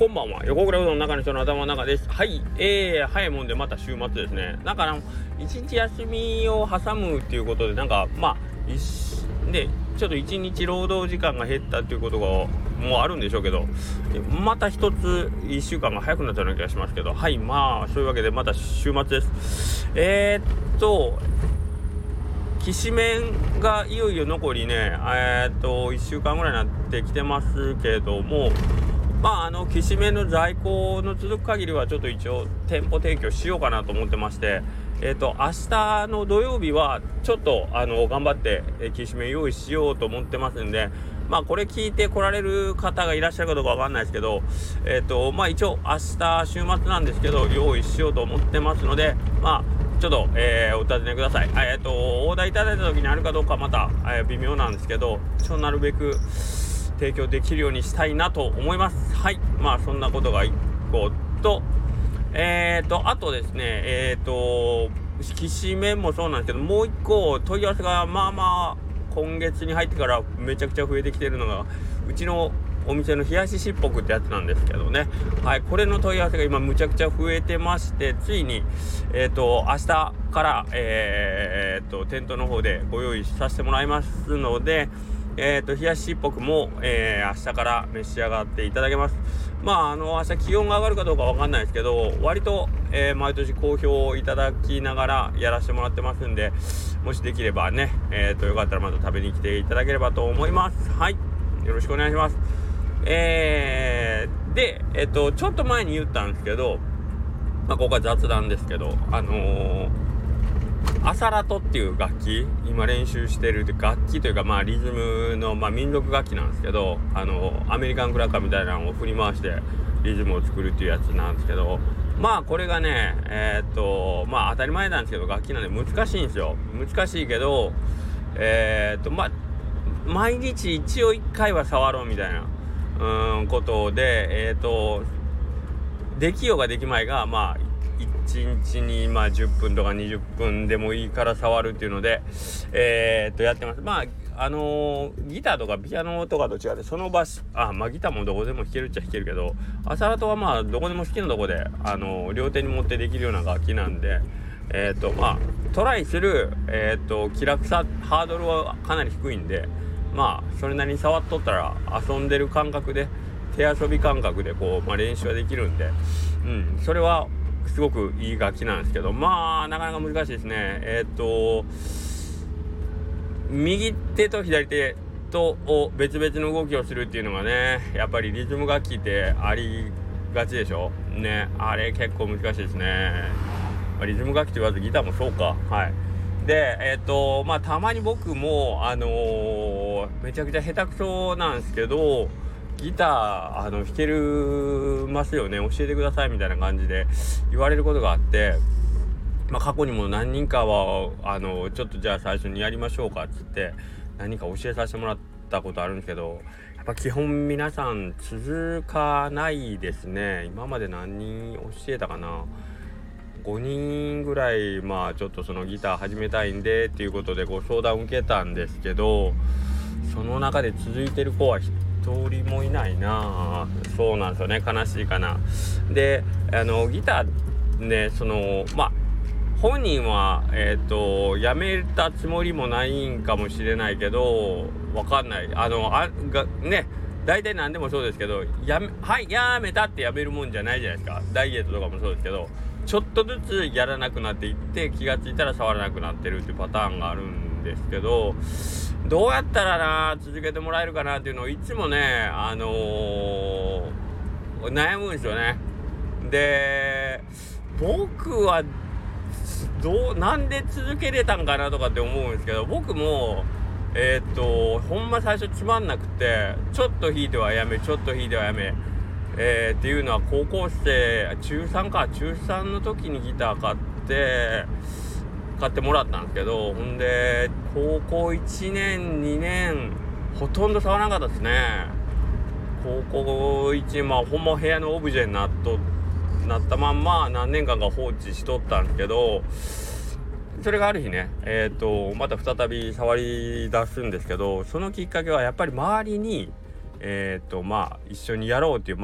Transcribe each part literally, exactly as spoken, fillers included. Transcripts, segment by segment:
こんばんは、横倉うどんの中の人の頭の中です。はい、えー、早いもんでまた週末ですね。なんかあの一日休みを挟むっていうことで、なんかまあ一でちょっと一日労働時間が減ったっていうことがもうあるんでしょうけど、また一つ一週間が早くなったような気がしますけど、はい、まあそういうわけでまた週末です。えー、っときしめんがいよいよ残りね、えー、っといっしゅうかんぐらいになってきてますけども、まああのきしめんの在庫の続く限りはちょっと一応店舗提供しようかなと思ってまして、えっと明日の土曜日はちょっとあの頑張ってきしめん用意しようと思ってますんで、まあこれ聞いて来られる方がいらっしゃるかどうかわかんないですけど、えっとまあ一応明日週末なんですけど用意しようと思ってますので、まあちょっと、えー、お尋ねください。えっとオーダーいただいた時にあるかどうかまた、えー、微妙なんですけど、ちょなるべく提供できるようにしたいなと思います。はい、まあそんなことがいっことえーとあとですね、えーときしめんもそうなんですけど、もういっこ問い合わせがまあまあ今月に入ってからめちゃくちゃ増えてきてるのが、うちのお店の冷やししっぽくってやつなんですけどね。はい、これの問い合わせが今むちゃくちゃ増えてまして、ついにえーと明日からえーと店頭の方でご用意させてもらいますので、えーと冷やしっぽくも、えー、明日から召し上がっていただけます。まああの明日気温が上がるかどうかわかんないですけど、割と、えー、毎年好評をいただきながらやらせてもらってますんで、もしできればね、えーとよかったらまた食べに来ていただければと思います。はい、よろしくお願いします。えー、で、えっとちょっと前に言ったんですけど、まあここは雑談ですけど、あのーアサラトっていう楽器、今練習してる楽器というか、まあリズムの、まあ、民族楽器なんですけど、あのアメリカンクラッカーみたいなのを振り回してリズムを作るっていうやつなんですけど、まあこれがね、えー、っとまあ当たり前なんですけど、楽器なんで難しいんですよ。難しいけど、えー、っとまあ毎日一応一回は触ろうみたいなうーんことで、えー、っとできようができまいが、まあいちにちにまあじゅっぷんとかにじゅっぷんでもいいから触るっていうので、えー、っとやってます。まああのー、ギターとかピアノとかと違って、その場所あまあギターもどこでも弾けるっちゃ弾けるけど、アサラトはまあどこでも好きなとこで、あのー、両手に持ってできるような楽器なんで、えー、っとまあトライする、えー、っと気楽さハードルはかなり低いんで、まあそれなりに触っとったら遊んでる感覚で、手遊び感覚でこう、まあ、練習はできるんで、うんそれはすごくいい楽器なんですけど、まあなかなか難しいですね。えー、っと右手と左手とを別々の動きをするっていうのがね、やっぱりリズム楽器ってありがちでしょね。あれ結構難しいですね。まあ、リズム楽器と言わずギターもそうか。はいでえー、っとまあたまに僕もあのー、めちゃくちゃ下手くそなんですけど、ギターあの弾けるますよね、教えてくださいみたいな感じで言われることがあって、まあ過去にも何人かはあのちょっとじゃあ最初にやりましょうかっつって何か教えさせてもらったことあるんですけど、やっぱ基本皆さん続かないですね。今まで何人教えたかな、ごにんぐらい、まあちょっとそのギター始めたいんでっていうことでご相談を受けたんですけど、その中で続いてる子は一人もいないな。そうなんですよね、悲しいかな。であのギターね、そのまあ本人はえっとやめたつもりもないんかもしれないけど、わかんない。あのあがね大体何でもそうですけど、やめはいやめたってやめるもんじゃないじゃないですか。ダイエットとかもそうですけど、ちょっとずつやらなくなっていって気がついたら触らなくなってるっていうパターンがあるんですけど、どうやったらな続けてもらえるかなっていうのをいつもねあのー、悩むんですよね。で僕はどうなんで続けれたんかなとかって思うんですけど、僕もえー、っとほんま最初つまんなくて、ちょっと弾いてはやめちょっと弾いてはやめえー、っていうのは高校生中さんか中さんの時にギター買って買ってもらったんですけど、ほんで高校いちねんにねんほとんど触らなかったですね。高校いちねんまあほんま部屋のオブジェになっとなったまんま何年間か放置しとったんですけど、それがある日ねえー、とまた再び触り出すんですけど、そのきっかけはやっぱり周りにえー、とまあ一緒にやろうっていう、まあ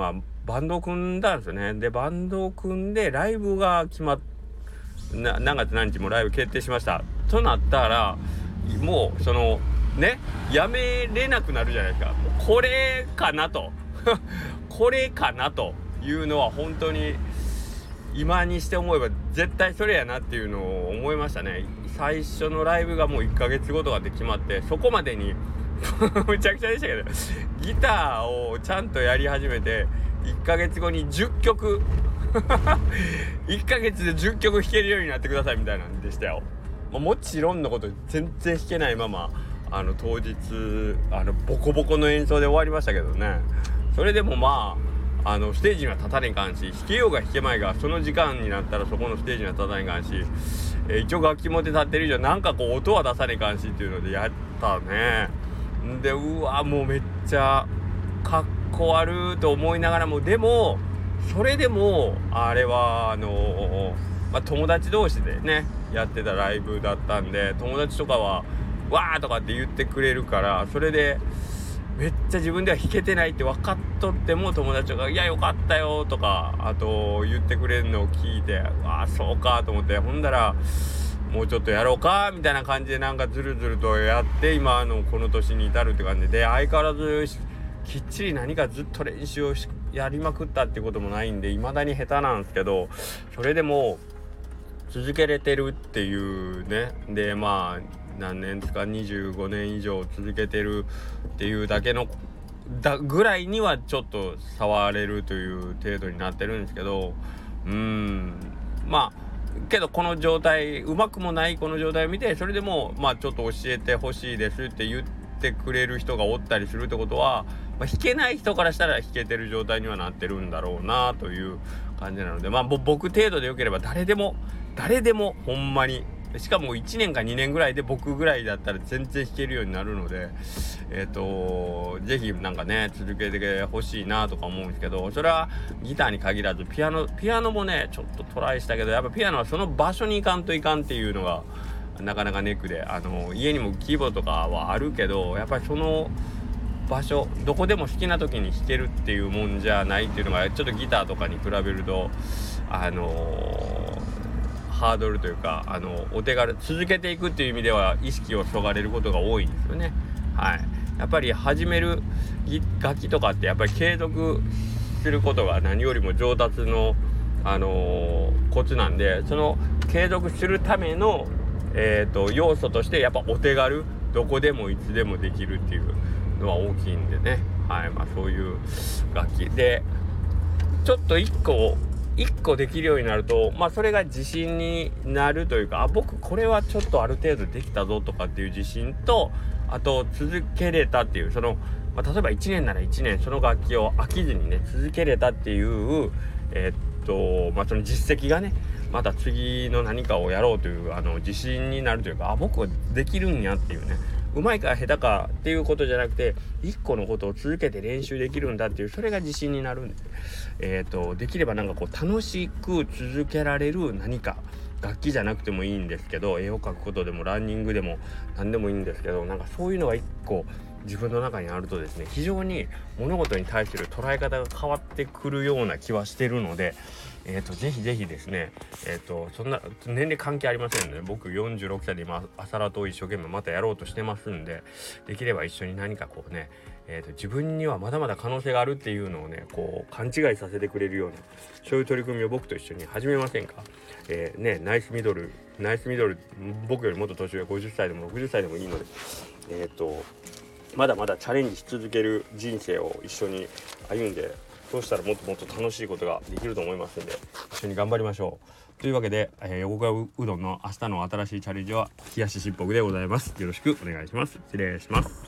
バンドを組んだんですよね。でバンドを組んでライブが決まっな何月何日もライブ決定しましたとなったら、もうそのねやめれなくなるじゃないですか。もうこれかなとこれかなというのは本当に今にして思えば絶対それやなっていうのを思いましたね。最初のライブがもういっかげつごとかで決まって、そこまでにむちゃくちゃでしたけどギターをちゃんとやり始めていっかげつごにじゅっきょくいっかげつでじゅっきょく弾けるようになってくださいみたいなんでしたよ。まあ、もちろんのこと全然弾けないままあの当日あのボコボコの演奏で終わりましたけどね。それでもまああのステージには立たねえかんし、弾けようが弾けまいがその時間になったらそこのステージには立たねえかんし、えー、一応楽器持って立ってる以上なんかこう音は出さねえかんしっていうのでやったね。でうわもうめっちゃかっこ悪いと思いながらも、でもそれでもあれはあの、まあ、友達同士でねやってたライブだったんで、友達とかはわーとかって言ってくれるから、それでめっちゃ自分では弾けてないって分かっとっても友達がいやよかったよとかあと言ってくれるのを聞いて、ああそうかと思って、ほんだらもうちょっとやろうかみたいな感じでなんかずるずるとやって今のこの年に至るって感じで、相変わらずきっちり何かずっと練習をしやりまくったっていうこともないんで未だに下手なんですけど、それでも続けれてるっていうね。でまあ何年ですかにじゅうごねん以上続けてるっていうだけのだぐらいにはちょっと触れるという程度になってるんですけど、うーんまあけどこの状態うまくもないこの状態を見て、それでもまあちょっと教えてほしいですって言ってくれる人がおったりするってことは、まあ、弾けない人からしたら弾けてる状態にはなってるんだろうなという感じなので、まあ僕程度でよければ誰でも誰でもほんまに、しかもいちねんかにねんぐらいで僕ぐらいだったら全然弾けるようになるので、えっとぜひなんかね続けてほしいなとか思うんですけど、それはギターに限らずピアノピアノもねちょっとトライしたけど、やっぱピアノはその場所に行かんといかんっていうのがなかなかネックで、あの家にもキーボードとかはあるけど、やっぱりその場所どこでも好きな時に弾けるっていうもんじゃないっていうのがちょっとギターとかに比べるとあのーハードルというか、あのお手軽続けていくっていう意味では意識をそがれることが多いんですよね。はい、やっぱり始める楽器とかってやっぱり継続することが何よりも上達の、あのー、コツなんで、その継続するための、えーと、要素としてやっぱお手軽どこでもいつでもできるっていうのは大きいんでね。はい、まあそういう楽器でちょっと一個いっこできるようになると、まあそれが自信になるというか、あ僕これはちょっとある程度できたぞとかっていう自信と、あと続けれたっていうその、まあ、例えばいちねんならいちねんその楽器を飽きずにね続けれたっていうえー、っとまあその実績がねまた次の何かをやろうというあの自信になるというか、あ僕はできるんやっていうね、うまいか下手かっていうことじゃなくていっこのことを続けて練習できるんだっていう、それが自信になるんで、えー、とできればなんかこう楽しく続けられる何か、楽器じゃなくてもいいんですけど、絵を描くことでもランニングでも何でもいいんですけど、なんかそういうのがいっこ自分の中にあるとですね、非常に物事に対する捉え方が変わってくるような気はしてるので、えー、とぜひぜひですね、えー、とそんな年齢関係ありませんので、僕よんじゅうろくさいで今朝ラと一生懸命またやろうとしてますんで、できれば一緒に何かこうね、えー、と自分にはまだまだ可能性があるっていうのをねこう勘違いさせてくれるような、そういう取り組みを僕と一緒に始めませんか。えー、ねナイスミドルナイスミドル僕よりもっと年上ごじゅっさいでもろくじゅっさいでもいいので、えっ、ー、とまだまだチャレンジし続ける人生を一緒に歩んで、そうしたらもっともっと楽しいことができると思いますので、一緒に頑張りましょうというわけで、えー、横川うどんの明日の新しいチャレンジは冷やししっぽくでございます。よろしくお願いします。失礼します。